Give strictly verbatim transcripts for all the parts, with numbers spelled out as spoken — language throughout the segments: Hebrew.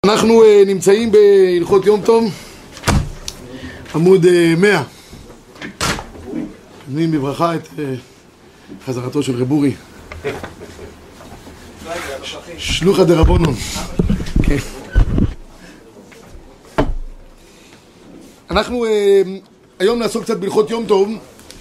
אנחנו uh, נמצאים בהלכות יום טוב, עמוד uh, מאה. נעים בברכה את uh, חזרתו של רב אורי. שלוחא דרבנן. כן. אנחנו uh, היום נעסוק קצת בהלכות יום טוב,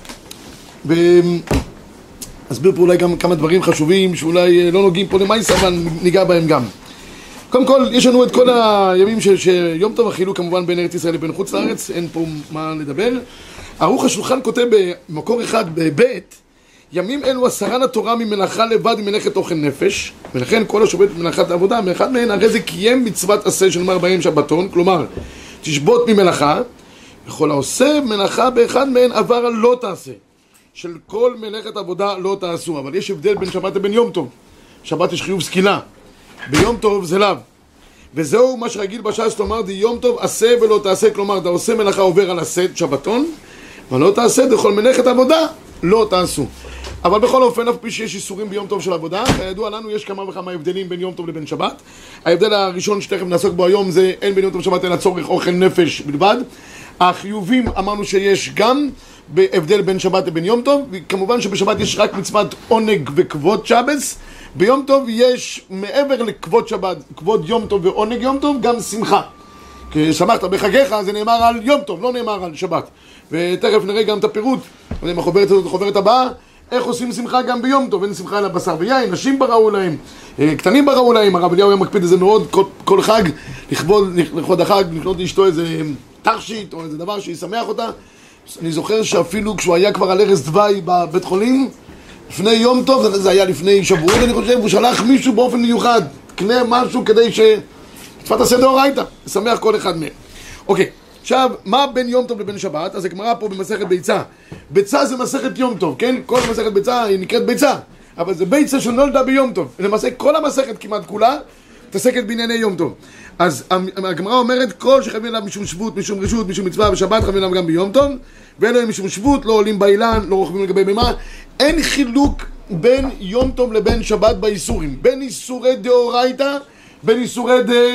ואסביר פה אולי גם כמה דברים חשובים שאולי לא נוגעים פה למייסה, אבל ניגע בהם גם. קודם כל, יש לנו את כל הימים של יום טוב, החילוק כמובן בין ארץ ישראל לבין חוץ לארץ, אין פה מה לדבר. ערוך השולחן כותב במקור אחד, בבית, ימים אלו עשרה לתורה ממלאכה לבד ממלאכת אוכל נפש, ולכן כל השובט ממלאכת העבודה, מאחד מהן הרי זה קיים מצוות עשה של מר בהם שבתון, כלומר, תשבות ממלאכה, וכל העושה מלאכה באחד מהן עבר על לא תעשה. של כל מלאכת עבודה לא תעשו, אבל יש הבדל בין שבת לבין יום טוב. שבת יש חיוב סקילה, ביום טוב זה לאו. וזהו מה שרגיל בש"ס לומר, די יום טוב עשה ולא תעשה, כלומר, אתה עושה מלאכה עובר על עשה שבתון, ולא תעשה, דכל מלאכת עבודה לא תעשו. אבל בכל אופן, אף פי שיש איסורים ביום טוב של עבודה, כידוע לנו יש כמה וכמה הבדלים בין יום טוב לבין שבת. ההבדל הראשון שתכף נעסוק בו היום זה אין בין יום טוב ושבת אלא צורך אוכל נפש בלבד. החיובים אמרנו שיש גם בהבדל בין שבת לבין יום טוב, וכמובן שבשבת יש רק מצוות עונג וכבוד שבס. ביום טוב יש מעבר לכבוד שבת, כבוד יום טוב ועונג יום טוב, גם שמחה. כי שמחת בחגיך זה נאמר על יום טוב, לא נאמר על שבת. ותכף נראה גם את הפירוט, החוברת הזאת, החוברת הבאה, איך עושים שמחה גם ביום טוב. אין שמחה אלא בשר ויין, נשים בראו להם, קטנים בראו להם. הרב אליהו היה מקפיד את זה מאוד, כל, כל חג, לכבוד, לכבוד החג, לקנות לאשתו איזה תכשיט או איזה דבר שישמח אותה. אני זוכר שאפילו כשהוא היה כבר על ערש דווי בבית חולים, לפני יום טוב, זה היה לפני שבועות, אני חושב, הוא שלח מישהו באופן מיוחד, קנה משהו כדי שתפת עשה דאורייתא, לשמח כל אחד מהם. אוקיי, עכשיו, מה בין יום טוב לבין שבת? אז הגמרא פה במסכת ביצה. ביצה זה מסכת יום טוב, כן? כל מסכת ביצה היא נקראת ביצה, אבל זה ביצה שנולדה ביום טוב. למעשה כל המסכת כמעט כולה מתעסקת בענייני יום טוב. אז הגמרא אומרת, כל שחייבים אליו משום שבות, משום רשות, משום מצווה, בשבת חייבים אליו גם ביום טוב, ואלו הם משום שבות, לא עולים באילן, לא רוכבים לגבי בימה. אין חילוק בין יום טוב לבין שבת באיסורים, בין איסורי דאורייתא, בין איסורי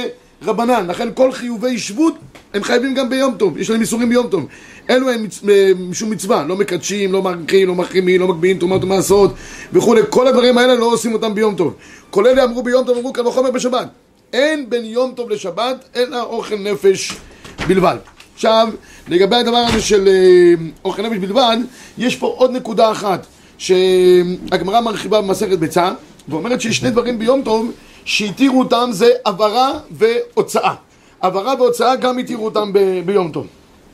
דרבנן. לכן כל חיובי שבות הם חייבים גם ביום טוב, יש להם איסורים ביום טוב. אלו הם משום מצווה, לא מקדשים, לא מרקים, לא מחרימים, לא מקביעים תרומות ומעשרות וכו'. כל הדברים האלה לא עושים אותם ביום טוב. כל אלה אמרו ביום טוב, אמרו כאן וחומר בשבת. אין בין יום טוב לשבת אלא אוכל נפש בלבד. עכשיו, לגבי הדבר הזה של אוכל נפש בלבד, יש פה עוד נקודה אחת שהגמרא מרחיבה במסכת ביצה, ואומרת שיש שני דברים ביום טוב שהתירו אותם, זה עברה והוצאה. עברה והוצאה גם התירו אותם ב- ביום טוב.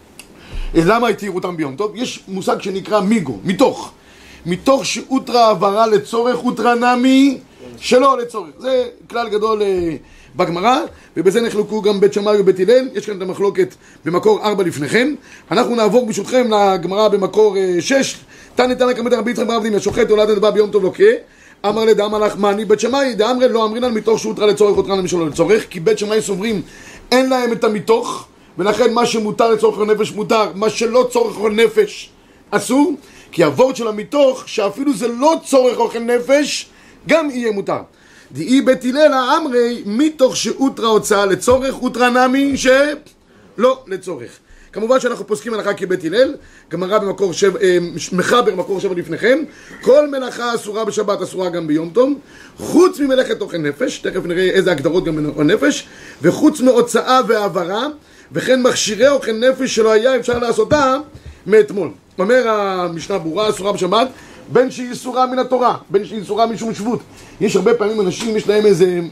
למה התירו אותם ביום טוב? יש מושג שנקרא מיגו, מתוך. מתוך שאותרה עברה לצורך, אותרה נמי שלא לצורך. זה כלל גדול בגמרא, ובזה נחלקו גם בית שמאי ובית הלל. יש כאן את המחלוקת במקור ארבע לפניכם. אנחנו נעבור ברשותכם לגמרא במקור שש. תנא תנא קמא דרבי יצחק בר אבא דמיא, שוחט הולדת בא ביום טוב לוקה. אמר לדאמר לך מאני בית שמאי, דאמרי לא אמרינן מתוך שאותרה לצורך, אותרה נמי שלא לצורך, כי בית שמאי סוברים אין להם את המתוך, ולכן מה שמותר לצורך נפש מותר, מה שלא צורך נפש אסור, כי הוורד של המתוך, שאפילו זה לא צורך אוכל נפש, גם יהיה מותר. דאי בית הלל אמרי, מתוך שאותרה הוצאה לצורך, אותרה נמי שלא לצורך. כמובן שאנחנו פוסקים הלכה כבית הלל, גמרא במקור שבע, מחבר במקור שבע לפניכם, כל מלאכה אסורה בשבת אסורה גם ביום טוב, חוץ ממלאכת אוכל נפש, תכף נראה איזה הגדרות גם באוכל נפש, וחוץ מהוצאה והעברה, וכן מכשירי אוכל נפש שלא היה אפשר לעשותה מאתמול. אומר המשנה ברורה, אסורה בשבת, בין שהיא אסורה מן התורה, בין שהיא אסורה משום שבות. יש הרבה פעמים אנשים, יש להם איזה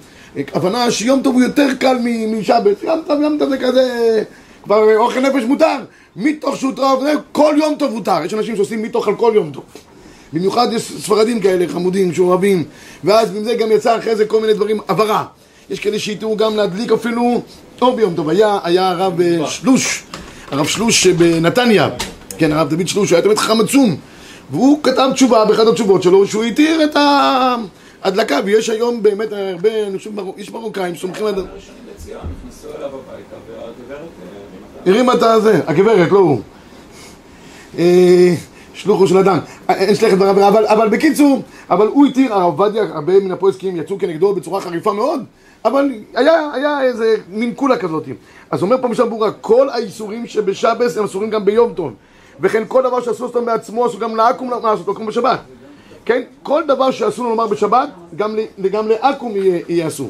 הבנה שיום טוב הוא יותר קל משבת. יום טוב, יום טוב זה כזה, כבר אוכל נפש מותר. מתוך שאותרה, כל יום טוב מותר. יש אנשים שעושים מתוך על כל יום טוב. במיוחד יש ספרדים כאלה חמודים שאוהבים, ואז מזה גם יצא אחרי זה כל מיני דברים, עברה. יש כאלה שהתירו גם להדליק אפילו אור ביום טוב. היה, היה הרב שלוש, הרב שלוש בנתניה, כן, הרב דוד שלוש, היה תמיד חכם עצום, והוא כתב תשובה באחד התשובות שלו, שהוא התיר את ההדלקה, ויש היום באמת הרבה, אני חושב, יש מרוקאים שסומכים על... נכנסו אליו הביתה, והגברת... הרימה את הזה, הגברת, לא הוא. שלוחו של אדם. אין שלכת ברב, אבל, אבל בקיצור, אבל הוא התיר, הרב עובדיה, הרבה מן הפוסקים יצאו כנגדו בצורה חריפה מאוד, אבל היה, היה איזה מין קולה כזאת. אז אומר פה משל ברורה, כל האיסורים שבשבס הם אסורים גם ביום טוב, וכן כל דבר שעשו אותם בעצמו, עשו גם לעקום לעשות אותו כמו בשבת. כן? כל דבר שעשו לומר בשבת, גם, גם לעקום יעשו.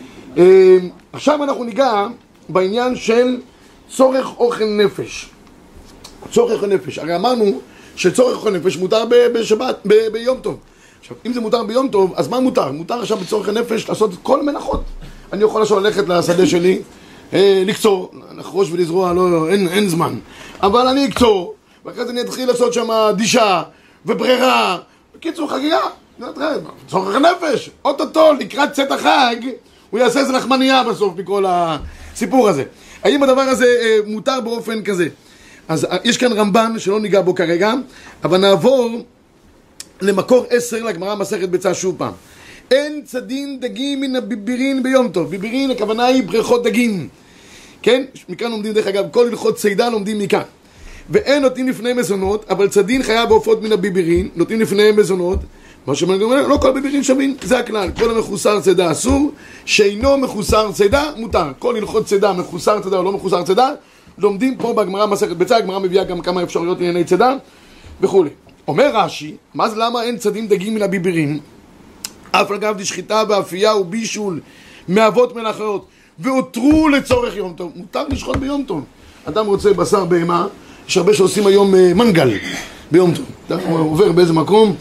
עכשיו אנחנו ניגע בעניין של צורך אוכל נפש. צורך אוכל נפש. הרי אמרנו שצורך אוכל נפש מותר בשבת, ב- ביום טוב. עכשיו, אם זה מותר ביום טוב, אז מה מותר? מותר עכשיו בצורך הנפש לעשות את כל המנחות. אני יכול עכשיו ללכת לשדה שלי, אה, לקצור, לחרוש ולזרוע, לא, לא, אין, אין זמן. אבל אני אקצור, ואחרי זה אני אתחיל לעשות שם דישה וברירה. בקיצור, חגיגה. צורך הנפש. אוטוטו, לקראת צאת החג, הוא יעשה איזה לחמניה בסוף מכל הסיפור הזה. האם הדבר הזה אה, מותר באופן כזה? אז יש כאן רמב"ן שלא ניגע בו כרגע, אבל נעבור למקור עשר לגמרא מסכת ביצה שוב פעם. אין צדין דגים מן הביבירין ביום טוב. ביבירין הכוונה היא בריכות דגים. כן? מכאן לומדים דרך אגב, כל הלכות צידה לומדים מכאן. ואין נותנים לפני מזונות, אבל צדין חייב בעופות מן הביבירין, נותנים לפני מזונות. מה שאומר, לא כל הביבירין שווים, זה הכלל. כל המחוסר צידה אסור, שאינו מחוסר צידה מותר. כל הלכות צידה, מחוסר צידה או לא מחוסר צידה, לומדים פה בגמרא מסכת ביצה, הגמרא מביאה גם כמה אפשרויות לענייני צידה וכו'. אומר רש"י, מה זה למה אין צדים דגים מן הביבירים? אף אגב דשחיטה ואפייה ובישול מאבות מלאכות והותרו לצורך יום טוב. מותר לשחוט ביום טוב. אדם רוצה בשר בהמה, יש הרבה שעושים היום מנגל ביום טוב. אתה עובר באיזה מקום,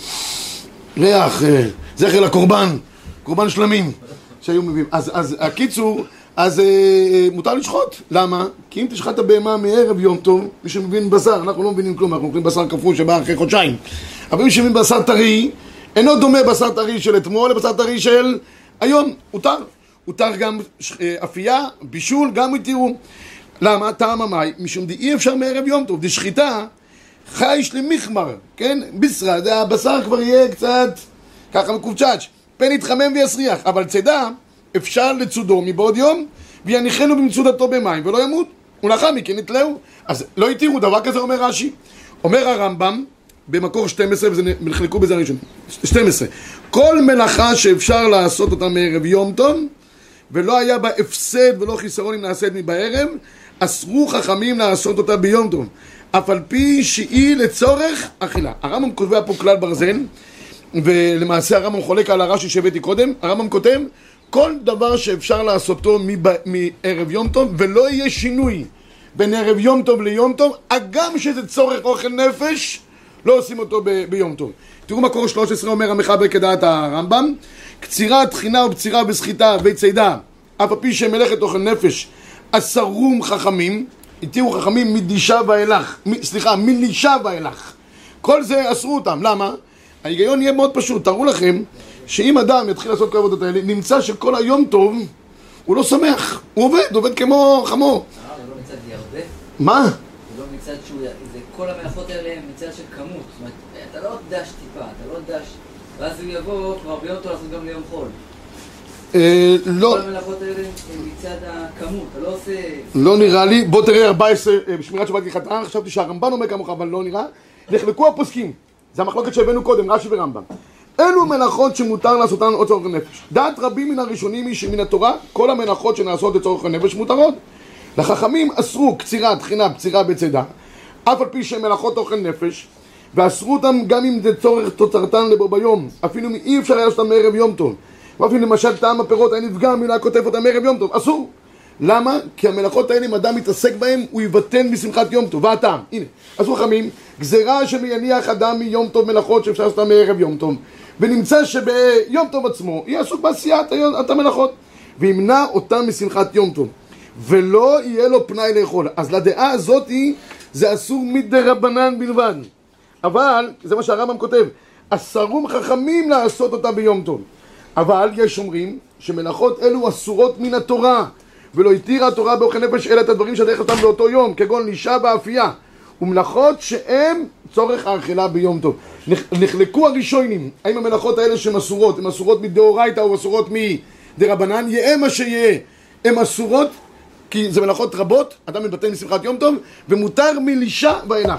ריח, זכר לקורבן, קורבן שלמים שהיו מביאים. אז, אז הקיצור, אז אה, מותר לשחוט. למה? כי אם תשחט הבהמה מערב יום טוב, מי שמבין בשר, אנחנו לא מבינים כלום, אנחנו מבינים בשר קפוא שבא אחרי חודשיים. אבל מי שמבין בשר טרי, אינו דומה בשר טרי של אתמול לבשר טרי של היום. הותר. הותר גם אה, אפייה, בישול, גם התירו. למה? טעם המאי, משום די אי אפשר מערב יום טוב. דשחיטה, חייש למחמר, כן? בשרה, זה הבשר כבר יהיה קצת ככה מקובצ'ץ', פן יתחמם ויסריח. אבל צידה, אפשר לצודו מבעוד יום, ויניחנו במצודתו במים, ולא ימות, ולאחר מכן יתלהו. אז לא יתירו, דבר כזה אומר רש"י. אומר הרמב"ם, במקור שתים עשרה, ונחלקו בזה הראשון, שתים עשרה, כל מלאכה שאפשר לעשות אותה מערב יום טוב, ולא היה בה הפסד ולא חיסרון אם נעשית מבערב, אסרו חכמים לעשות אותה ביום טוב, אף על פי שהיא לצורך אכילה. הרמב"ם כותב פה כלל ברזל, ולמעשה הרמב"ם חולק על הרש"י שהבאתי קודם. הרמב"ם כותב, כל דבר שאפשר לעשותו מערב יום טוב, ולא יהיה שינוי בין ערב יום טוב ליום טוב, אגם שזה צורך אוכל נפש, לא עושים אותו ב- ביום טוב. תראו מקור שלוש עשרה אומר המחבר כדעת הרמב"ם, קצירה, תחינה ובצירה בסחיטה וצידה, אף על פי שמלאכת אוכל נפש, אסרום חכמים, התירו חכמים מדישה ואילך, מ- סליחה, מלישה ואילך. כל זה אסרו אותם. למה? ההיגיון יהיה מאוד פשוט. תראו לכם שאם אדם יתחיל לעשות כל העבודות האלה, נמצא שכל היום טוב הוא לא שמח, הוא עובד, עובד כמו חמור. זה לא מצד ירבה? מה? זה לא מצד שהוא, זה כל המלאכות האלה הם מצד של כמות. זאת אומרת, אתה לא דש טיפה, אתה לא דש, ואז הוא יבוא כבר ביום טוב לעשות גם ליום חול. לא. כל המלאכות האלה הם מצד הכמות, אתה לא עושה... לא נראה לי. בוא תראה ארבע עשרה בשמירת שבת כחטאה, חשבתי שהרמב"ן אומר כמוך, אבל לא נראה. נחלקו הפוסקים, זה המחלוקת שהבאנו קודם, רש"י ורמב"ם. אלו מלאכות שמותר לעשותן עוד צורך הנפש. דעת רבים מן הראשונים היא שמן התורה, כל המלאכות שנעשות לצורך הנפש מותרות. לחכמים אסרו קצירה, תחינה, בצירה בצידה, אף על פי שהן מלאכות אוכל נפש, ואסרו אותם גם אם זה צורך תוצרתן לבו ביום, אפילו אם אי אפשר היה לעשות אותם מערב יום טוב. ואפילו למשל טעם הפירות היה נפגע מילה כותב אותם מערב יום טוב, אסור. למה? כי המלאכות האלה, אם אדם מתעסק בהם, הוא יבטן בשמחת יום טוב. והטעם, הנה, אסור חכמים, גזירה שמייניח אדם מיום טוב מלאכות שאפשר לעשות אותם מערב יום טוב, ונמצא שביום טוב עצמו יהיה עסוק בעשיית המלאכות, וימנע אותם משמחת יום טוב, ולא יהיה לו פנאי לאכול. אז לדעה הזאת זה אסור מדרבנן בלבד. אבל, זה מה שהרמב"ם כותב, אסרום חכמים לעשות אותה ביום טוב. אבל יש אומרים שמלאכות אלו אסורות מן התורה, ולא התירה התורה באוכל נפש אלא את הדברים שדרך אותם באותו יום, כגון לישה באפייה, ומלאכות שהן צורך האכילה ביום טוב. נחלקו הראשונים, האם המלאכות האלה שהן אסורות, הן אסורות מדאורייתא או אסורות מדרבנן, יהיה מה שיהיה, הן אסורות, כי זה מלאכות רבות, אדם מתבטא משמחת יום טוב, ומותר מלישה ואילך.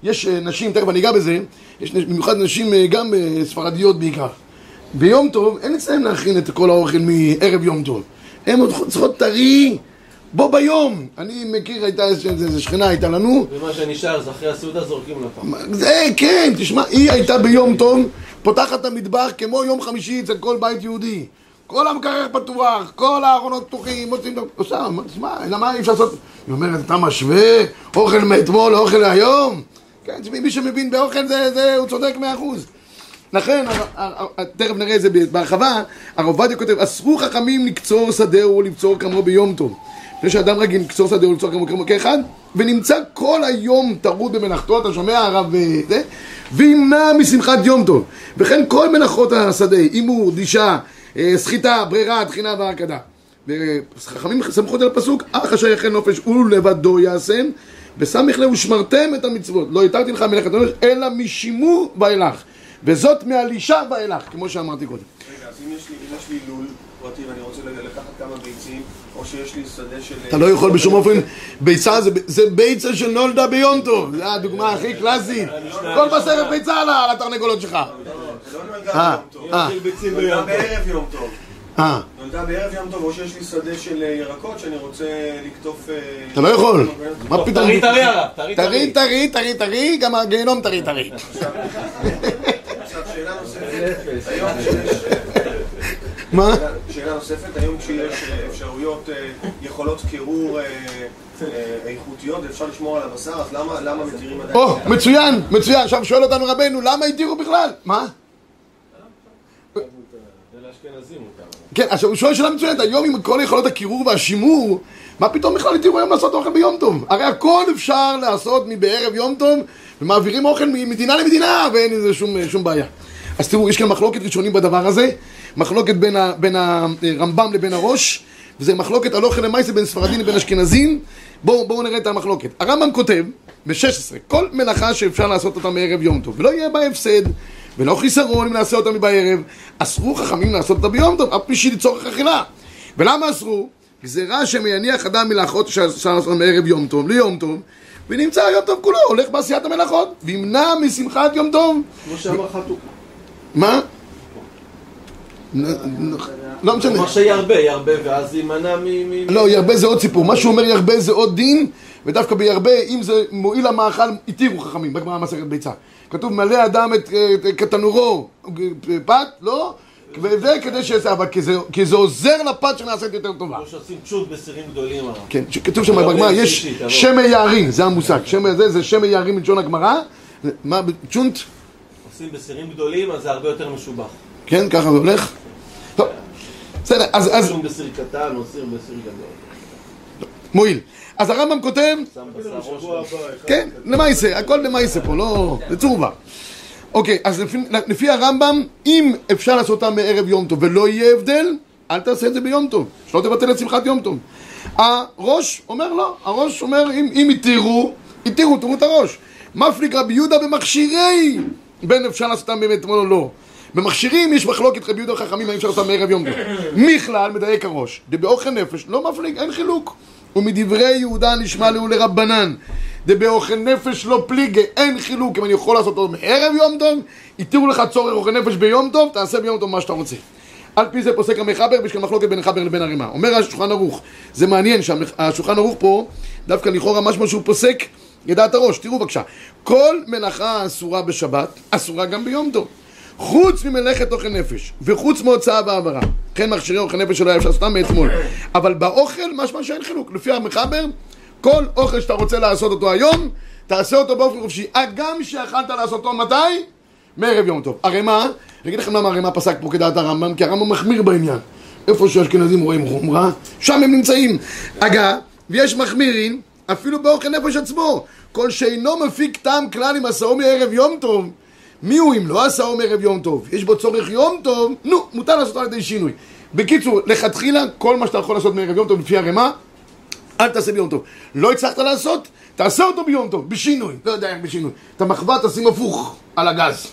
יש נשים, תכף אני אגע בזה, יש במיוחד נשים גם ספרדיות בעיקר. ביום טוב, אין אצלם להכין את כל האוכל מערב יום טוב. הן צריכות טרי, בוא ביום. אני מכיר, הייתה איזו שכנה, הייתה לנו. ומה שנשאר, זה אחרי הסעודה זורקים לפעם. זה, כן, תשמע, היא הייתה ביום טוב, פותחת את המטבח כמו יום חמישי אצל כל בית יהודי. כל המקרר פתוח, כל הארונות פתוחים, מוצאים... עושה, תשמע, למה אי אפשר לעשות... היא אומרת, אתה משווה אוכל מאתמול לאוכל להיום? כן, תשמע, מי שמבין באוכל זה, זה, הוא צודק מאה אחוז. לכן, תכף נראה את זה בהרחבה, הרב עובדיה כותב, אסרו חכמים לקצור שדהו או לבצור כמו ביום טוב. לפני שאדם רגיל לקצור שדהו או לבצור כמו כאחד, ונמצא כל היום טרוד במלאכתו, אתה שומע הרב וזה, וימנע משמחת יום טוב. וכן כל מלאכות השדה, אימור, דישה, סחיטה, ברירה, תחינה והרקדה. וחכמים סמכות על הפסוק, אך אשר יחל נופש ולבדו יעשם, וסמיך להו שמרתם את המצוות. לא התרתי לך מלאכת נופש, אלא משימור ואילך. וזאת מהלישה ואילך, כמו שאמרתי קודם. רגע, אז אם יש לי, אם יש לי לול פרטי ואני רוצה לקחת כמה ביצים, או שיש לי שדה של... אתה לא יכול בשום אופן, ביצה זה, זה ביצה של נולדה ביום טוב, זה הדוגמה הכי קלאסית. כל בסרט ביצה על התרנגולות שלך. זה לא נולדה ביום טוב, נולדה בערב יום טוב. נולדה בערב יום טוב, או שיש לי שדה של ירקות שאני רוצה לקטוף... אתה לא יכול. מה פתאום? טרי טרי הרב, טרי טרי טרי טרי, גם הגיהנום טרי טרי. עכשיו, שאלה נוספת, היום כשיש... מה? שאלה נוספת, היום כשיש אפשרויות, יכולות קירור איכותיות, ואפשר לשמור על הבשר, אז למה מתירים עדיין? או, מצוין, מצוין. עכשיו שואל אותנו רבנו, למה התירו בכלל? מה? כן, עכשיו הוא שואל שאלה מצוינת, היום עם כל יכולות הקירור והשימור, מה פתאום בכלל התירו היום לעשות אוכל ביום טוב? הרי הכל אפשר לעשות מבערב יום טוב, ומעבירים אוכל ממדינה למדינה, ואין איזה שום, שום בעיה. אז תראו, יש כאן מחלוקת ראשונים בדבר הזה, מחלוקת בין, ה, בין הרמב"ם לבין הראש, וזה מחלוקת על אוכל למעשה בין ספרדים לבין אשכנזים. בואו בוא נראה את המחלוקת. הרמב"ם כותב, ב-שש עשרה, כל מלאכה שאפשר לעשות אותה מערב יום טוב, ולא יהיה בה הפסד, ולא חיסרון אם נעשה אותה בערב, אסרו חכמים לעשות אותה ביום טוב, אף בשביל לצורך אכילה. ולמה אסרו? גזירה שמייניח אדם מלאכות שאפשר לעשות מערב יום טוב, ליום טוב, ונמצא יום טוב כולו, הולך בעשיית המלאכות, וימנע משמחת יום טוב. כמו שאמר חתוק. מה? לא משנה. כמו שירבה, ירבה, ואז יימנע מ... לא, ירבה זה עוד סיפור. מה שהוא אומר ירבה זה עוד דין, ודווקא בירבה, אם זה מועיל למאכל, התירו חכמים, בגמרא מסכת ביצה. כתוב מלא אדם את כתנורו פת, לא? וזה כדי שזה, אבל כי זה עוזר לפת שנעשית יותר טובה. כמו שעושים צ'וט בסירים גדולים. כן, כתוב שם בגמרא, יש שמי יערים, זה המושג. שמי זה, זה שמי יערים מלשון הגמרא. מה, צ'ונט? עושים בסירים גדולים, אז זה הרבה יותר משובח. כן, ככה זה הולך. טוב, בסדר, אז... עושים בסיר קטן, עושים בסיר גדול. מועיל. אז הרמב"ם כותב... כן, למעשה, הכל למעשה פה, לא... לצורבה. אוקיי, אז לפי, לפי הרמב"ם, אם אפשר לעשות אותם מערב יום טוב ולא יהיה הבדל, אל תעשה את זה ביום טוב, שלא תבטל את שמחת יום טוב. הראש אומר לא, הראש אומר, אם, אם יתירו, יתירו, תראו את הראש. מפליג רבי יהודה במכשירי, בין אפשר לעשות אותם באמת או לא. במכשירים יש מחלוקת רבי יהודה וחכמים, האם אפשר לעשות אותם מערב יום טוב. מכלל מדייק הראש, דבאוכל נפש, לא מפליג, אין חילוק. ומדברי יהודה נשמע לו לרבנן, דבאוכל נפש לא פליגה, אין חילוק. אם אני יכול לעשות אותו מערב יום טוב, יתירו לך צורך אוכל נפש ביום טוב, תעשה ביום טוב מה שאתה רוצה. על פי זה פוסק המחבר, ויש כאן מחלוקת בין החבר לבין הרימה. אומר השולחן ערוך, זה מעניין שהשולחן ערוך פה, דווקא לכאורה משהו שהוא פוסק, ידעת הראש. תראו בבקשה, כל מלאכה אסורה בשבת, אסורה גם ביום טוב. חוץ ממלאכת אוכל נפש, וחוץ מהוצאה והעברה. כן, מכשירי אוכל נפש שלא היה אפשר לעשותם מאתמול. אבל באוכל, משמע שאין חילוק. לפי המחבר, כל אוכל שאתה רוצה לעשות אותו היום, תעשה אותו באופן חופשי. גם שיכלת לעשות אותו מתי? מערב יום טוב. הרי מה? אני אגיד לכם למה הרי מה פסק פה כדעת הרמב"ם, כי הרמב"ם מחמיר בעניין. איפה שהאשכנזים רואים חומרה, שם הם נמצאים. אגב, ויש מחמירים, אפילו באוכל נפש עצמו. כל שאינו מפיק טעם כלל עם עשאו מערב יום טוב, מי הוא אם לא עשאו מערב יום טוב? יש בו צורך יום טוב, נו, מותר לעשות על ידי שינוי. בקיצור, לכתחילה, כל מה שאתה יכול לעשות מערב יום טוב לפי הרמה, אל תעשה ביום טוב. לא הצלחת לעשות, תעשה אותו ביום טוב, בשינוי. לא יודע איך בשינוי. את המחווה תשים הפוך על הגז.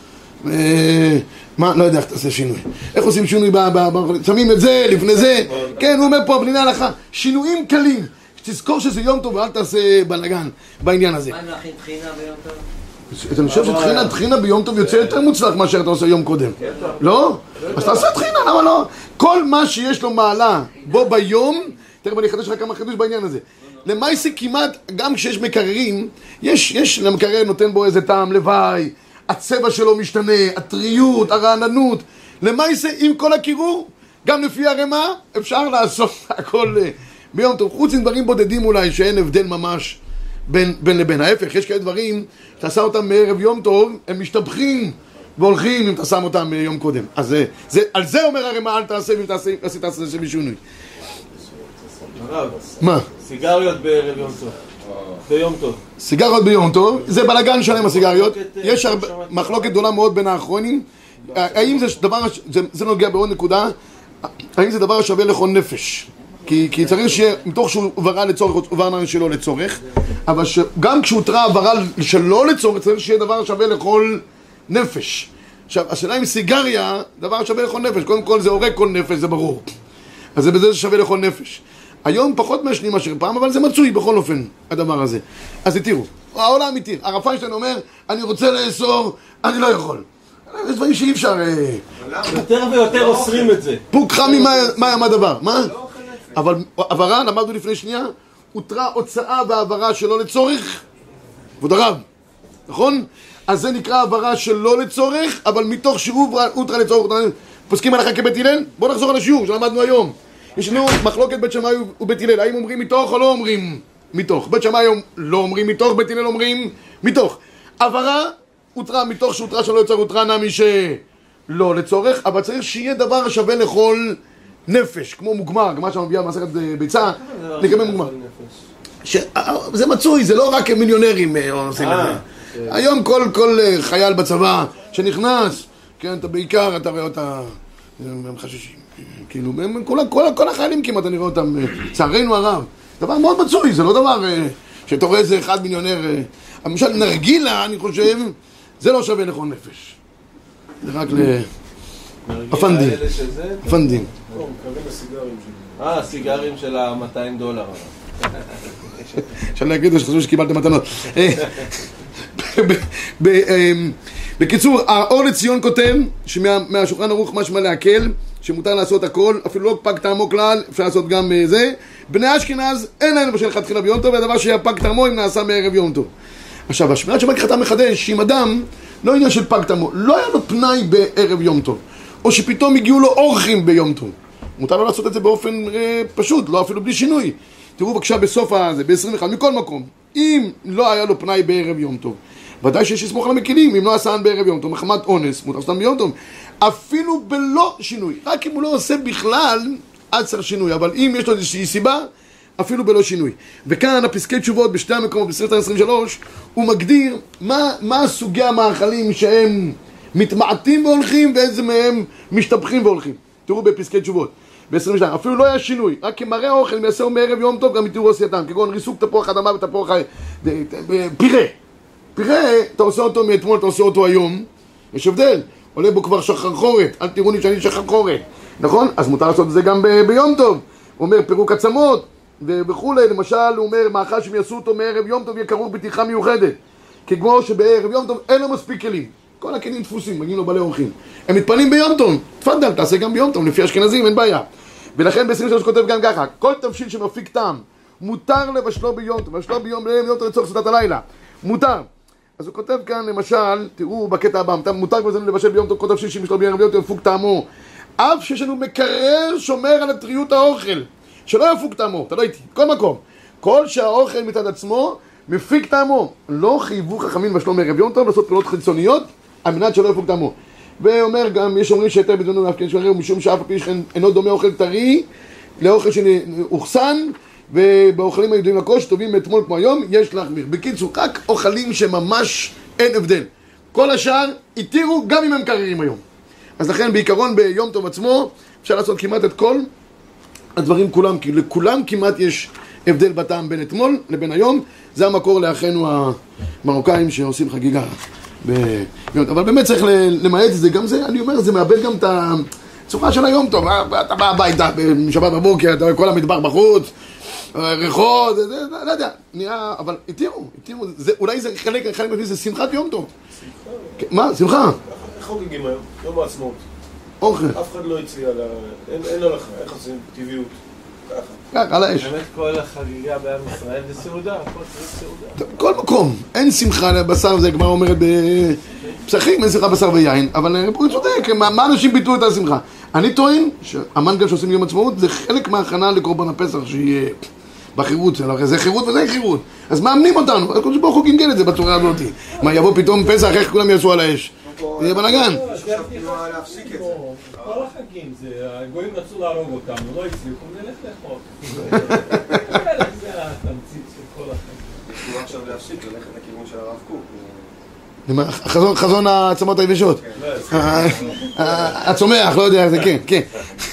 מה, לא יודע איך תעשה שינוי. איך עושים שינוי? שמים את זה, לפני זה. כן, הוא אומר פה, בליני הלכה, שינויים קלים. תזכור שזה יום טוב ואל תעשה בלגן בעניין הזה. מה אם להכין תחינה ביום טוב? אני חושב שתחינה, תחינה ביום טוב יוצא יותר מוצלח מאשר אתה עושה יום קודם. לא? אז תעשה תחינה, למה לא? כל מה שיש לו מעלה בו ביום, תכף אני אחדש לך כמה חידוש בעניין הזה. למעשה כמעט, גם כשיש מקררים, יש, יש למקרר נותן בו איזה טעם לוואי, הצבע שלו משתנה, הטריות, הרעננות. למעשה עם כל הקירור, גם לפי הרמה, אפשר לעשות הכל ביום טוב. חוץ עם דברים בודדים אולי, שאין הבדל ממש בין, בין לבין. ההפך, יש כאלה דברים, תעשה אותם מערב יום טוב, הם משתבחים והולכים אם תעשה אותם יום קודם. אז זה, זה, על זה אומר הרמה, אל תעשה ואם תעשה, תעשה, תעשה, תעשה בשינוי. מה? סיגריות בערב יום טוב. ביום טוב. סיגריות ביום טוב, זה בלגן שלם הסיגריות. יש הרבה, מחלוקת גדולה מאוד בין האחרונים. האם זה דבר, זה, זה נוגע בעוד נקודה, האם זה דבר השווה לכל נפש? כי, כי צריך שיהיה, מתוך שהוא עברה לצורך, עברה שלא לצורך, אבל ש, גם כשהותרה עברה שלא לצורך, צריך שיהיה דבר שווה לכל נפש. עכשיו, השאלה עם סיגריה, דבר שווה לכל נפש. קודם כל זה הורג כל נפש, זה ברור. אז זה בזה זה שווה לכל נפש. היום פחות מהשנים מאשר פעם, אבל זה מצוי בכל אופן, הדבר הזה. אז תראו, העולם מתיר. הרב פיינשטיין אומר, אני רוצה לאסור, אני לא יכול. יש דברים שאי אפשר... יותר ויותר אוסרים את זה. פוק חמי, מה הדבר? מה? אבל עברה, למדנו לפני שנייה, הותרה הוצאה והעברה שלא לצורך, כבוד הרב, נכון? אז זה נקרא עברה שלא לצורך, אבל מתוך שהוא הותרה לצורך, פוסקים עליך כבית הלל? בואו נחזור על השיעור שלמדנו היום. יש לנו מחלוקת בית שמאי ובית הלל, האם אומרים מתוך או לא אומרים מתוך? בית שמאי לא אומרים מתוך, בית הלל אומרים מתוך. עברה הותרה מתוך שהותרה שלא לצורך, הותרה נמי שלא לצורך, אבל צריך שיהיה דבר שווה לכל נפש, כמו מוגמר, כמו שמביאה במסכת ביצה, לגבי מוגמר. זה מצוי, זה לא רק מיליונרים עושים את זה. היום כל חייל בצבא שנכנס, כן, אתה בעיקר, אתה רואה אותה, הם חששים, כאילו, כל החיילים כמעט, אני רואה אותם, צערנו הרב, דבר מאוד מצוי, זה לא דבר שאתה רואה איזה אחד מיליונר, למשל נרגילה, אני חושב, זה לא שווה לכל נפש. זה רק לפנדים. פנדים. אה, הסיגרים של ה-מאתיים דולר. אפשר להגיד שחשוב שקיבלתם מתנות. בקיצור, האור לציון כותב שמהשולחן ערוך משמע להקל, שמותר לעשות הכל, אפילו לא פג טעמו כלל, אפשר לעשות גם זה. בני אשכנז אין להם בשל חתחילה ביום טוב, והדבר שהיה פג טעמו אם נעשה בערב יום טוב. עכשיו, השמירת שבת כחתה מחדש, שאם אדם, לא עניין של פג טעמו, לא היה לו פנאי בערב יום טוב, או שפתאום הגיעו לו אורחים ביום טוב, מותר לו לעשות את זה באופן אה, פשוט, לא אפילו בלי שינוי. תראו בבקשה בסוף הזה, ב-עשרים ואחת, מכל מקום, אם לא היה לו פנאי בערב יום טוב, ודאי שיש לסמוך על המקילים, אם לא עשן בערב יום טוב, מחמת אונס, מותר סתם ביום טוב, אפילו בלא שינוי, רק אם הוא לא עושה בכלל, אז צריך שינוי, אבל אם יש לו איזושהי סיבה, אפילו בלא שינוי. וכאן הפסקי תשובות בשתי המקומות, ב-עשרים עשרים ושלוש, הוא מגדיר מה, מה סוגי המאכלים שהם מתמעטים והולכים, ואיזה מהם משתבחים והולכים. תראו בפסקי תשובות, ב-עשרים ושתיים, אפילו לא היה שינוי, רק כמראה האוכל מייסר מערב יום טוב, גם יתירו עשייתם, כגון ריסוק תפוח אדמה ותפוח פירה. פירה, אתה עושה אותו מאתמול, אתה עושה אותו היום, יש הבדל, עולה בו כבר שחרחורת, אל תראו לי שאני שחרחורת, נכון? אז מותר לעשות את זה גם ב- ביום טוב. הוא אומר פירוק עצמות וכולי, למשל הוא אומר מאכל שהם יעשו אותו מערב יום טוב יהיה כרוך בתיכה מיוחדת, כגמור שבערב יום טוב אין לו מספיק כלים, כל הכלים דפוסים, מגיעים לו בעלי אורחים, הם מתפנים ביום טוב, תפדל, תעשה גם ביום טוב, לפי אשכנזים אין בעיה. ולכן ב-עשרים ושלוש כותב גם ככה, כל תבשיל שמפיק טעם מותר לבשלו ביום טוב, לבשלו ביום ביום טוב לצורך סעודת הלילה, מותר. אז הוא כותב כאן למשל, תראו בקטע הבא, מותר כבר לבשל ביום טוב כל תבשיל שבשלו ביום טוב יפוג טעמו, אף שיש לנו מקרר שומר על הטריות האוכל, שלא יפוג טעמו, אתה לא איתי, כל מקום, כל שהאוכל מצד עצמו מפיק טעמו, לא חייבו חכמים בשלום מערב יום טוב לעשות פעולות חיצוניות על מנת שלא יפוג טעמו. ואומר גם, יש אומרים שהיתר בזמנו להפקן שמרר, משום שאף הפי שכן אינו דומה אוכל טרי לאוכל שאוכסן, ובאוכלים הידועים לקוש, טובים מאתמול כמו היום, יש להחמיר. בקיצור, רק אוכלים שממש אין הבדל. כל השאר התירו גם אם הם קררים היום. אז לכן בעיקרון ביום טוב עצמו אפשר לעשות כמעט את כל הדברים כולם, כי לכולם כמעט יש הבדל בטעם בין אתמול לבין היום. זה המקור לאחינו המרוקאים שעושים חגיגה ביום. אבל באמת צריך למעט את זה, גם זה, אני אומר, זה מאבד גם את הצורה של היום טוב. אתה בא הביתה בשבת בבוקר, אתה רואה כל המטבח בחוץ, ריחות, לא יודע, נראה, אבל התירו, התירו, אולי זה חלק, חלק מפי זה שמחת יום טוב. מה? שמחה? איך חוגגים היום? יום העצמאות. אוכל. אף אחד לא הציע, אין הולכה, איך עושים טבעיות. ככה. על האש. באמת כל החגיגה בעם ישראל זה סעודה, הכל צריך סעודה. כל מקום, אין שמחה לבשר, זה כבר אומרת בפסחים, אין שמחה בשר ויין, אבל הוא צודק, מה אנשים ביטלו את השמחה? אני טוען שהמנגל שעושים יום עצמאות זה חלק מההכנה לקורבן הפסח שיהיה בחירות, זה חירות וזה חירות, אז מאמנים אותנו, אז בואו חוקים גן את זה בצורה הזאת. מה יבוא פתאום פסח, איך כולם יעשו על האש? זה יהיה בלגן. כל החגים, הגויים רצו להרוג אותנו, לא הצליחו, נלך לאכול. זה התמצית של כל החגים. הוא עכשיו להפסיק, ללכת לכיוון של הרב קוק. חזון העצמות היבשות. הצומח, לא יודע, זה כן, כן.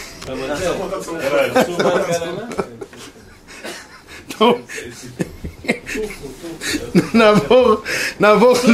טוב. נעבור, נעבור ל...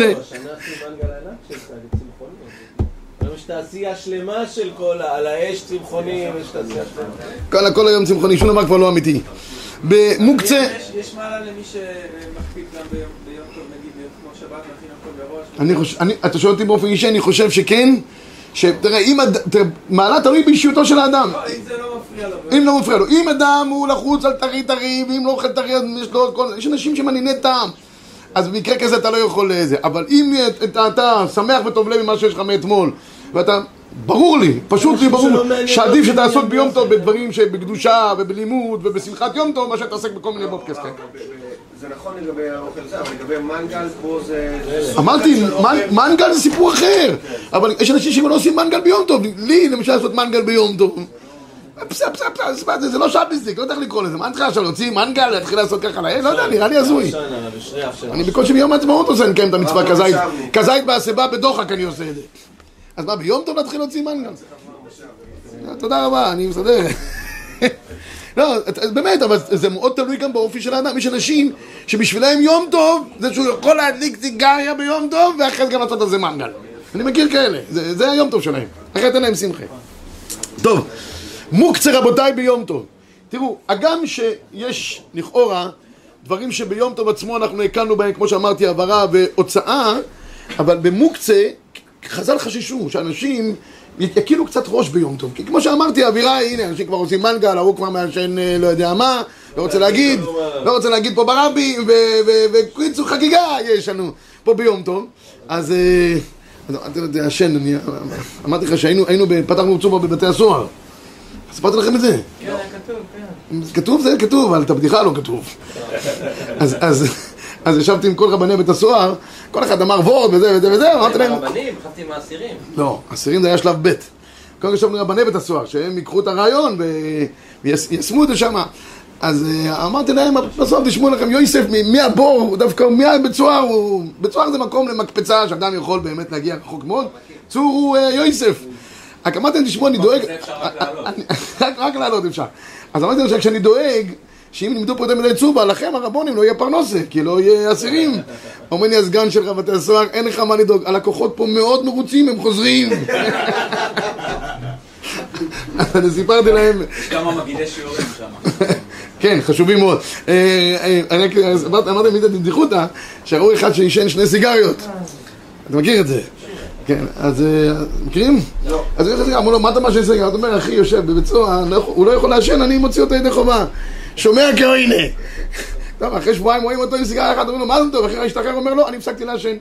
יש תעשייה שלמה של כל, על האש צמחונים, יש תעשייה כל, שלמה. כל היום צמחוני, שום דבר כבר לא אמיתי. במוקצה... יש מעלה למי שמקפיד גם ביום טוב, נגיד, כמו שבת, מכין הכל בראש. אני חושב, אתה שואל אותי באופן אישי, אני חושב שכן, שתראה, אם מעלה תלוי באישיותו של האדם. לא, אם זה לא מפריע לו. אם לא מפריע לו. אם אדם הוא לחוץ על טרי טרי, ואם לא אוכל טרי, אז יש לו כל... יש אנשים שמענייני טעם. אז במקרה כזה אתה לא יכול לזה. אבל אם אתה שמח וטוב לב ממה שיש לך מאתמול, ואתה... ברור לי, פשוט לי ברור שעדיף שתעסוק ביום טוב בדברים שבקדושה ובלימוד ובשמחת יום טוב, מה שתעסק בכל מיני בודקאסט. זה נכון לגבי האוכל זה, אבל לגבי מנגל פה זה... אמרתי, מנגל זה סיפור אחר, אבל יש אנשים שלא עושים מנגל ביום טוב. לי למשל לעשות מנגל ביום טוב, פסה פסה פסה, זה לא שבזיק, לא יודע איך לקרוא לזה. מה נתחיל עכשיו להוציא מנגל, להתחיל לעשות ככה להם? לא יודע, נראה לי הזוי. אני בקושי ביום העצמאות עושה, אני קיים את המצווה כזית, כזית בהסבה בדוחק אני עושה את זה. אז מה, ביום טוב להתחיל להוציא מנגל? תודה רבה, אני מסדר. לא, באמת, אבל זה מאוד תלוי גם באופי של האדם. יש אנשים שבשבילם יום טוב זה שהוא יכול להדליק סיגריה ביום טוב ואחרי זה גם לעשות על זה מנגל. אני מכיר כאלה, זה היום טוב שלהם. אחרת אין להם שמחה. טוב, מוקצה רבותיי ביום טוב. תראו, הגם שיש לכאורה דברים שביום טוב עצמו אנחנו הקלנו בהם, כמו שאמרתי, העברה והוצאה, אבל במוקצה חז"ל חששו שאנשים יקילו קצת ראש ביום טוב, כי כמו שאמרתי, האווירה, הנה, אנשים כבר עושים מנגל, ההוא כבר מעשן לא יודע מה, לא רוצה להגיד, לא רוצה להגיד פה ברבי, וקריצו חגיגה יש לנו פה ביום טוב. אז אתה יודע, השן, אני אמרתי לך שהיינו, פתחנו צובה בבתי הסוהר, ספרתי לכם את זה? כן, כתוב, כן. כתוב זה כתוב, אבל את הבדיחה לא כתוב. אז, אז, אז ישבתי עם כל רבני בית הסוהר, כל אחד אמר וורד וזה וזה וזה, אמרתי להם... רבנים, חשבתי עם האסירים. לא, אסירים זה היה שלב ב'. כל כך ישבנו רבני בית הסוהר, שהם ייקחו את הרעיון וישמו את זה שם. אז אמרתי להם, בסוף תשמעו לכם, יוסף, מי הבור, דווקא מי הבית סוהר, בית סוהר זה מקום למקפצה, שאדם יכול באמת להגיע רחוק מאוד. צור הוא יוסף. רק אמרתי להם, תשמעו, אני דואג... זה אפשר רק לעלות. רק לעלות אפשר. אז אמרתי להם שכשאני דואג, שאם לימדו פה יותר מדי צובה, לכם הרבונים לא יהיה פרנסה, כי לא יהיה אסירים. אומר לי הסגן שלך בתי הסוהר, אין לך מה לדאוג, הלקוחות פה מאוד מרוצים, הם חוזרים. אני סיפרתי להם... יש כמה מגידי שיעורים שם. כן, חשובים מאוד. אמרתי מידת בדיחותא, שראו אחד שישן שני סיגריות. אתה מכיר את זה? כן, אז מכירים? לא. אז אמרו לו, מה אתה משהו סיגריות? אתה אומר, אחי יושב בבית סוהר, הוא לא יכול לעשן, אני מוציא אותו ידי חובה. שומע כהנה. טוב, אחרי שבועיים רואים אותו עם סיגריה אחת, אומרים לו, מה זה טוב? אחרי השתחרר אומר, לא, אני הפסקתי לעשן.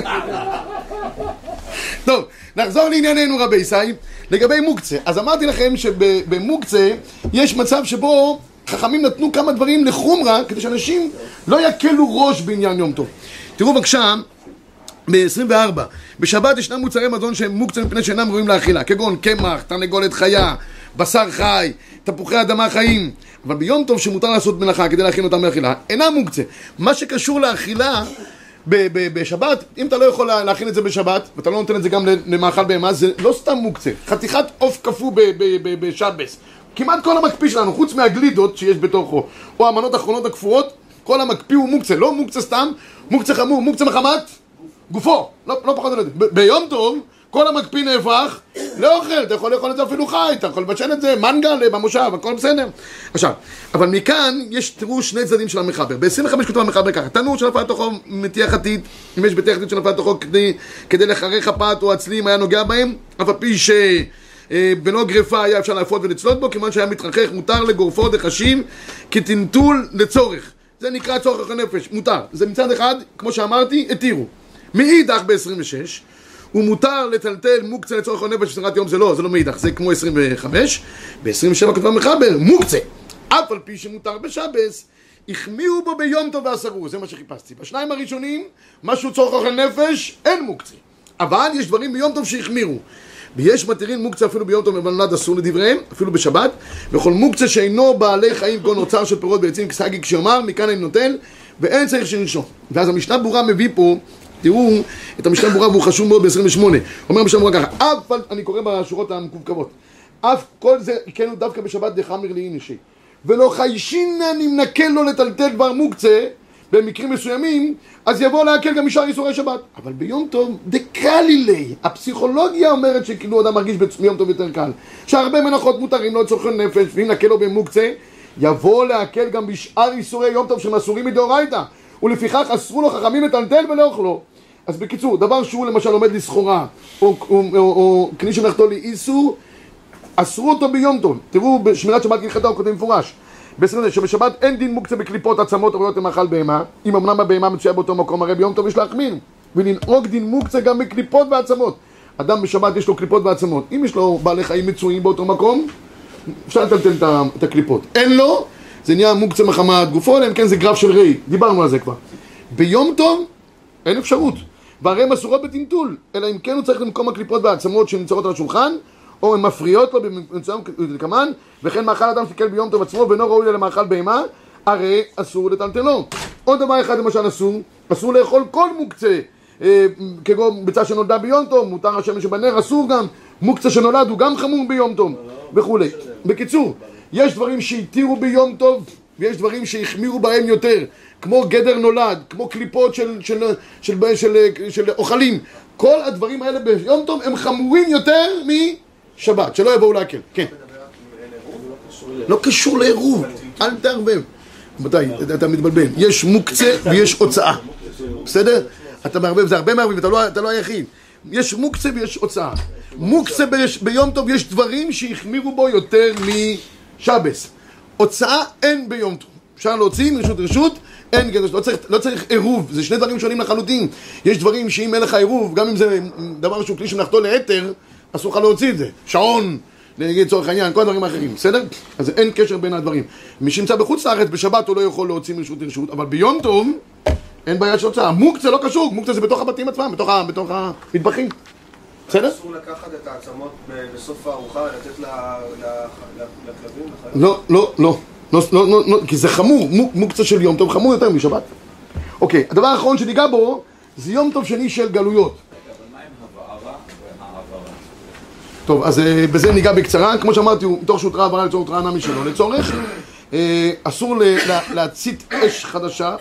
טוב, נחזור לענייננו רבי ישראל, לגבי מוקצה. אז אמרתי לכם שבמוקצה יש מצב שבו חכמים נתנו כמה דברים לחומרה, כדי שאנשים לא יקלו ראש בעניין יום טוב. תראו בבקשה, ב-עשרים וארבע, בשבת ישנם מוצרי מזון שהם מוקצה מפני שאינם ראויים לאכילה, כגון קמח, תרנגולת חיה, בשר חי, תפוחי אדמה חיים, אבל ביום טוב שמותר לעשות מלאכה כדי להכין אותם לאכילה, אינם מוקצה. מה שקשור לאכילה ב- ב- בשבת, אם אתה לא יכול להכין את זה בשבת, ואתה לא נותן את זה גם למאכל בהמה, זה לא סתם מוקצה. חתיכת עוף קפוא ב- ב- ב- בשבס. כמעט כל המקפיא שלנו, חוץ מהגלידות שיש בתוכו, או המנות האחרונות הקפואות, כל המקפיא הוא מוקצה. לא מוקצה סתם, מוקצה חמור, מוקצה מחמת גופו, לא, לא פחות או לא. ב- ביום טוב, כל המקפיא נהפך לאוכל, אתה יכול לאכול את זה אפילו חי, אתה יכול לבשל את זה, מנגל במושב, הכל בסדר. עכשיו, אבל מכאן יש, תראו, שני צדדים של המחבר. ב-עשרים וחמש כתוב המחבר ככה, תנור שנפל לתוכו מטיח עתיד, אם יש מטיח עתיד שנפל לתוכו כדי, כדי לחרך הפת או הצלים היה נוגע בהם, אף על פי ש... בלא גרפה היה אפשר להפות ולצלות בו, כיוון שהיה מתרחך, מותר לגורפו דחשים כטלטול לצורך. זה נקרא צורך הנפש, מותר. זה מצד אחד, כמו שאמרתי, התירו. מאידך ב-עשרים ושש, הוא מותר לטלטל מוקצה לצורך הנפש בספירת יום, זה לא, זה לא מאידך, זה כמו עשרים וחמש. ב-עשרים ושבע כתוב המחבר, מוקצה. אף על פי שמותר בשבס, החמירו בו ביום טוב ואסרו, זה מה שחיפשתי. בשניים הראשונים, משהו צורך אוכל נפש, אין מוקצה. אבל יש דברים ביום טוב שהחמירו. ויש מתירים מוקצה אפילו ביום טוב ובנולד אסור לדבריהם, אפילו בשבת, וכל מוקצה שאינו בעלי חיים כגון אוצר של פירות ועצים כסגי כשיאמר, מכאן אני נוטל, ואין צריך שנרשום. ואז המשנה ברורה מביא פה, תראו את המשנה ברורה והוא חשוב מאוד ב-עשרים ושמונה. אומר המשנה ברורה ככה, אף, אני קורא בשורות המקווקוות, אף כל זה יקנו דווקא בשבת דחמר לי נשי. ולא חיישינן אם נקל לו לטלטל דבר מוקצה, במקרים מסוימים, אז יבוא להקל גם משאר איסורי שבת. אבל ביום טוב, דקלילי, הפסיכולוגיה אומרת שכאילו אדם מרגיש ביום טוב יותר קל. שהרבה מנחות מותרים לו לצורך נפש, ואם נקל לו במוקצה, יבוא להקל גם בשאר איסורי יום טוב שהם אסורים מדאורייתא. ולפיכך אסרו לו חכמים לטלטל ולאוכלו. אז בקיצור, דבר שהוא למשל עומד לסחורה, או, או, או, או, או כני שמלאכתו לאיסור, אסרו אותו ביום טוב. תראו, בשמירת שבת כהלכתה הוא כותב מפורש. בסדר, שבשבת אין דין מוקצה בקליפות עצמות ראויות למאכל בהמה. אם אמנם הבהמה מצויה באותו מקום, הרי ביום טוב יש להחמיר. ולנהוג דין מוקצה גם בקליפות ועצמות. אדם בשבת יש לו קליפות ועצמות. אם יש לו בעלי חיים מצויים באותו מקום, אפשר לטלטל את הקליפות. אין לו, זה נהיה מוקצה מחמת גופו, אלא אם כן זה גרף של ראי. דיברנו על זה כבר. ביום טוב אין אפשרות. והרי הן אסורות בטינטול, אלא אם כן הוא צריך למקום הקליפות והעצמות שנמצאות על השולחן, או הן מפריעות לו במצוין כמן, וכן מאכל אדם שתקל ביום טוב עצמו ואינו ראוי למאכל בהמה, הרי אסור לטלטלו. עוד דבר אחד למשל אסור, אסור לאכול כל מוקצה, אה, כגון ביצה שנולדה ביום טוב, מותר השמש שבנר, אסור גם, מוקצה שנולד הוא גם חמור ביום טוב, וכו'. בקיצור, יש דברים שהתירו ביום טוב, ויש דברים שהחמירו בהם יותר, כמו גדר נולד, כמו קליפות של, של, של, של, של, של אוכלים. כל הדברים האלה ביום טוב הם חמורים יותר משבת, שלא יבואו להקל. כן. לא קשור לעירוב, אל תערבב. מתי? אתה מתבלבל. יש מוקצה ויש הוצאה. בסדר? אתה מערבב, זה הרבה מערבב, אתה לא, אתה לא היחיד. יש מוקצה ויש הוצאה. מוקצה ביום טוב יש דברים שהחמירו בו יותר משבס. הוצאה אין ביום טוב. אפשר להוציא מרשות רשות, אין כזה, לא צריך, לא צריך עירוב, זה שני דברים שונים לחלוטין. יש דברים שאם אין לך עירוב, גם אם זה דבר שהוא כלי שמלאכתו ליתר, אסור לך להוציא את זה. שעון, נגיד צורך העניין, כל הדברים האחרים, בסדר? אז אין קשר בין הדברים. מי שימצא בחוץ לארץ, בשבת הוא לא יכול להוציא מרשות רשות, אבל ביום טוב, אין בעיה של הוצאה. מוקצה לא קשור, מוקצה זה בתוך הבתים עצמם, בתוך, בתוך המטבחים. בסדר? אסור לקחת את העצמות בסוף הארוחה, לתת לכלבים? לא, לא, לא. לא, לא, לא, לא, כי זה חמור, מוקצה של יום טוב חמור יותר משבת. אוקיי, הדבר האחרון שניגע בו זה יום טוב שני של גלויות. אבל מה עם הבערה והעברה? טוב, אז בזה ניגע בקצרה. כמו שאמרתי, מתוך שהותרה העברה לצורך הותרה נע משלו לצורך. אסור להצית אש חדשה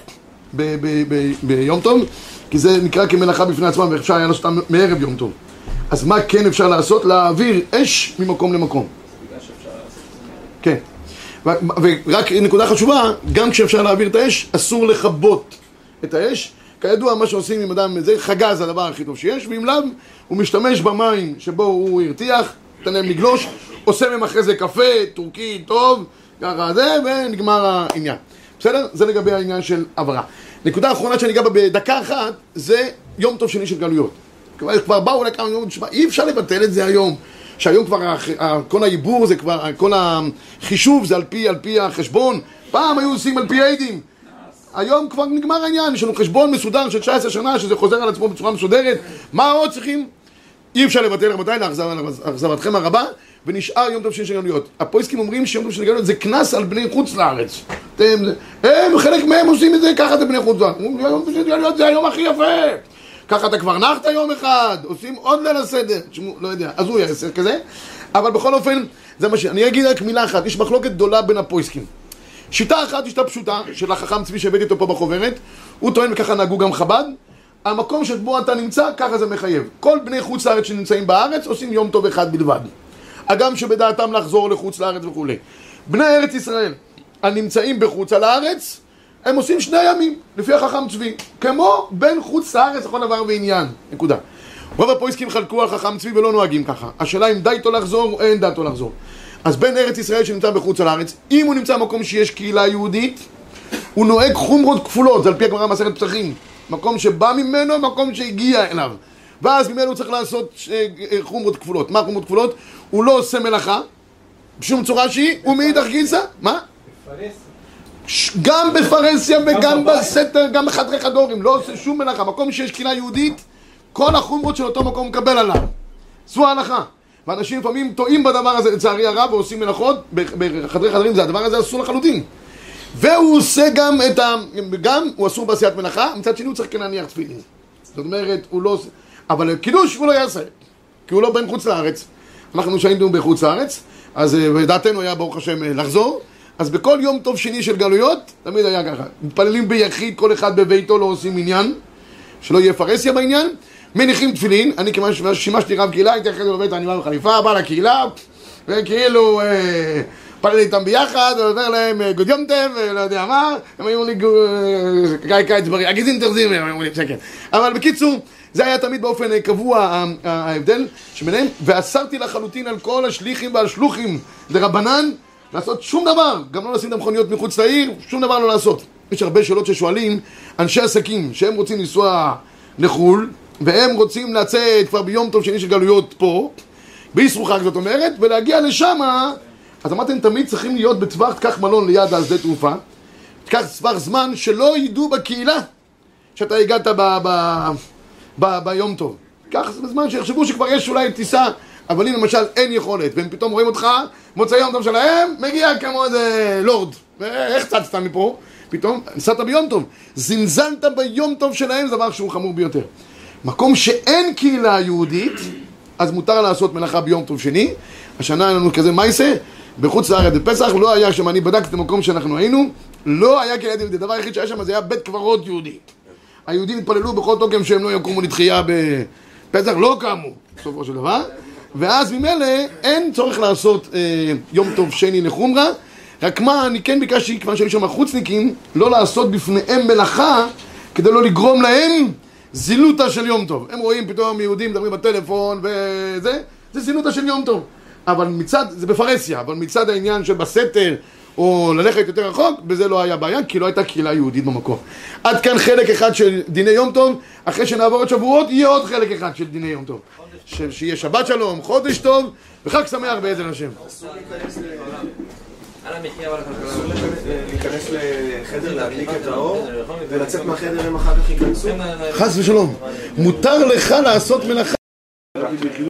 ביום טוב, כי זה נקרא כמלאכה בפני עצמה ואפשר היה לעשות אותה מערב יום טוב. אז מה כן אפשר לעשות? להעביר אש ממקום למקום. בגלל שאפשר לעשות את זה. כן. ורק נקודה חשובה, גם כשאפשר להעביר את האש, אסור לכבות את האש. כידוע, מה שעושים עם אדם, זה חגה, זה הדבר הכי טוב שיש, ואם לאו, הוא משתמש במים שבו הוא הרתיח, נתן להם לגלוש, עושה מהם אחרי זה קפה, טורקי, טוב, ככה זה, ונגמר העניין. בסדר? זה לגבי העניין של עברה. נקודה האחרונה שאני אגע בה בדקה אחת, זה יום טוב שני של גלויות. כבר, כבר באו לכמה יום, אי אפשר לבטל את זה היום. שהיום כבר כל העיבור זה כבר, כל החישוב זה על פי, על פי החשבון. פעם היו עושים על פי עדים. היום כבר נגמר העניין, יש לנו חשבון מסודר של תשע עשרה שנה, שזה חוזר על עצמו בצורה מסודרת. מה עוד צריכים? אי אפשר לבטל רבותיי, לאכזבתכם הרבה, ונשאר יום טוב שני של גלויות. הפויסקים אומרים שיום טוב של גלויות זה כנס על בני חוץ לארץ. הם, הם, חלק מהם עושים את זה, ככה זה בני חוץ לארץ. יום טוב של גלויות זה היום הכי יפה. ככה אתה כבר נחת יום אחד, עושים עוד ליל הסדר, תשמעו, לא יודע, אז הוא יעשה כזה, אבל בכל אופן, זה מה ש... אני אגיד רק מילה אחת, יש מחלוקת גדולה בין הפויסקים. שיטה אחת, שיטה פשוטה, של החכם צבי שהבאתי אותו פה בחוברת, הוא טוען וככה נהגו גם חב"ד, המקום שבו אתה נמצא, ככה זה מחייב. כל בני חוץ לארץ שנמצאים בארץ עושים יום טוב אחד בלבד. אגם שבדעתם לחזור לחוץ לארץ וכו'. בני ארץ ישראל הנמצאים בחוץ על הארץ, הם עושים שני ימים, לפי החכם צבי. כמו בין חוץ לארץ לכל דבר ועניין. נקודה. רוב הפויסקים חלקו על חכם צבי ולא נוהגים ככה. השאלה אם דעתו לחזור או אין דעתו לחזור. אז בין ארץ ישראל שנמצא בחוץ לארץ, אם הוא נמצא במקום שיש קהילה יהודית, הוא נוהג חומרות כפולות, זה על פי הגמרא מסכת פסחים. מקום שבא ממנו, מקום שהגיע אליו. ואז ממנו הוא צריך לעשות חומרות כפולות. מה חומרות כפולות? הוא לא עושה מלאכה, בשום צורה שהיא, הוא מאידך גיסא. מה? גם בפרסיה וגם בסתר, גם בחדרי חדורים, לא עושה שום מלאכה. מקום שיש קהילה יהודית, כל החומרות של אותו מקום מקבל עליו. זו ההלכה. ואנשים לפעמים טועים בדבר הזה, לצערי הרב, ועושים מלאכות בחדרי חדרים, זה הדבר הזה אסור לחלוטין. והוא עושה גם את ה... גם הוא אסור בעשיית מלאכה, מצד שני הוא צריך כן להניח תפילין. זאת אומרת, הוא לא... אבל קידוש הוא לא יעשה, כי הוא לא בן חוץ לארץ. אנחנו שהיינו בחוץ לארץ, אז דעתנו היה ברוך השם לחזור, אז בכל יום טוב שני של גלויות, תמיד היה ככה. מתפללים ביחיד, כל אחד בביתו לא עושים עניין, שלא יהיה פרסיה בעניין, מניחים תפילין, אני כמובן שימשתי רב קהילה, הייתי אחרי זה בבית, אני בא בחליפה, בא לקהילה, וכאילו... פלל איתם ביחד, ועובר להם גוד יום טב, ולא יודע מה, הם היו לי גאי קיץ בריא, הגיזין תרזים, הם היו לי שקט. אבל בקיצור, זה היה תמיד באופן קבוע ההבדל שביניהם, ואסרתי לחלוטין על כל השליחים והשלוחים לרבנן, לעשות שום דבר, גם לא לשים את המכוניות מחוץ לעיר, שום דבר לא לעשות. יש הרבה שאלות ששואלים, אנשי עסקים, שהם רוצים לנסוע לחול, והם רוצים לצאת כבר ביום טוב שני של גלויות פה, בישרו חג זאת אומרת, ולהגיע לשם, אז אמרתם, תמיד צריכים להיות בטווח, תקח מלון ליד השדה תעופה, תקח טווח זמן שלא ידעו בקהילה שאתה הגעת ב, ב, ב, ביום טוב. תקח זמן שיחשבו שכבר יש אולי טיסה, אבל אם למשל אין יכולת, והם פתאום רואים אותך, מוצא יום טוב שלהם, מגיע כמו איזה לורד. ואיך צצת מפה? פתאום נסעת ביום טוב. זנזלת ביום טוב שלהם, זה דבר שהוא חמור ביותר. מקום שאין קהילה יהודית, אז מותר לעשות מלאכה ביום טוב שני. השנה היה לנו כזה מייסה, בחוץ לארץ בפסח, לא היה שם, אני בדקתי את המקום שאנחנו היינו, לא היה קהילה יהודית. הדבר היחיד שהיה שם זה היה בית קברות יהודי. היהודים התפללו בכל תוקם שהם לא יקומו לתחייה בפסח, לא קמו, בסופו של דבר. ואז ממילא אין צורך לעשות אה, יום טוב שני לחומרה, רק מה, אני כן ביקשתי, כיוון שהיו שם החוצניקים, לא לעשות בפניהם מלאכה, כדי לא לגרום להם זילותה של יום טוב. הם רואים פתאום יהודים מדברים בטלפון וזה, זה זילותה של יום טוב. אבל מצד, זה בפרסיה, אבל מצד העניין של בסתר, או ללכת יותר רחוק, בזה לא היה בעיה, כי לא הייתה קהילה יהודית במקום. עד כאן חלק אחד של דיני יום טוב, אחרי שנעבור את שבועות, יהיה עוד חלק אחד של דיני יום טוב. ש- שיהיה שבת שלום, חודש טוב, וחג שמח בעזר השם. אסור להיכנס לחדר, להדליק את האור, ולצאת מהחדר הם אחר כך ייכנסו. חס ושלום. מותר לך לעשות מלאכה.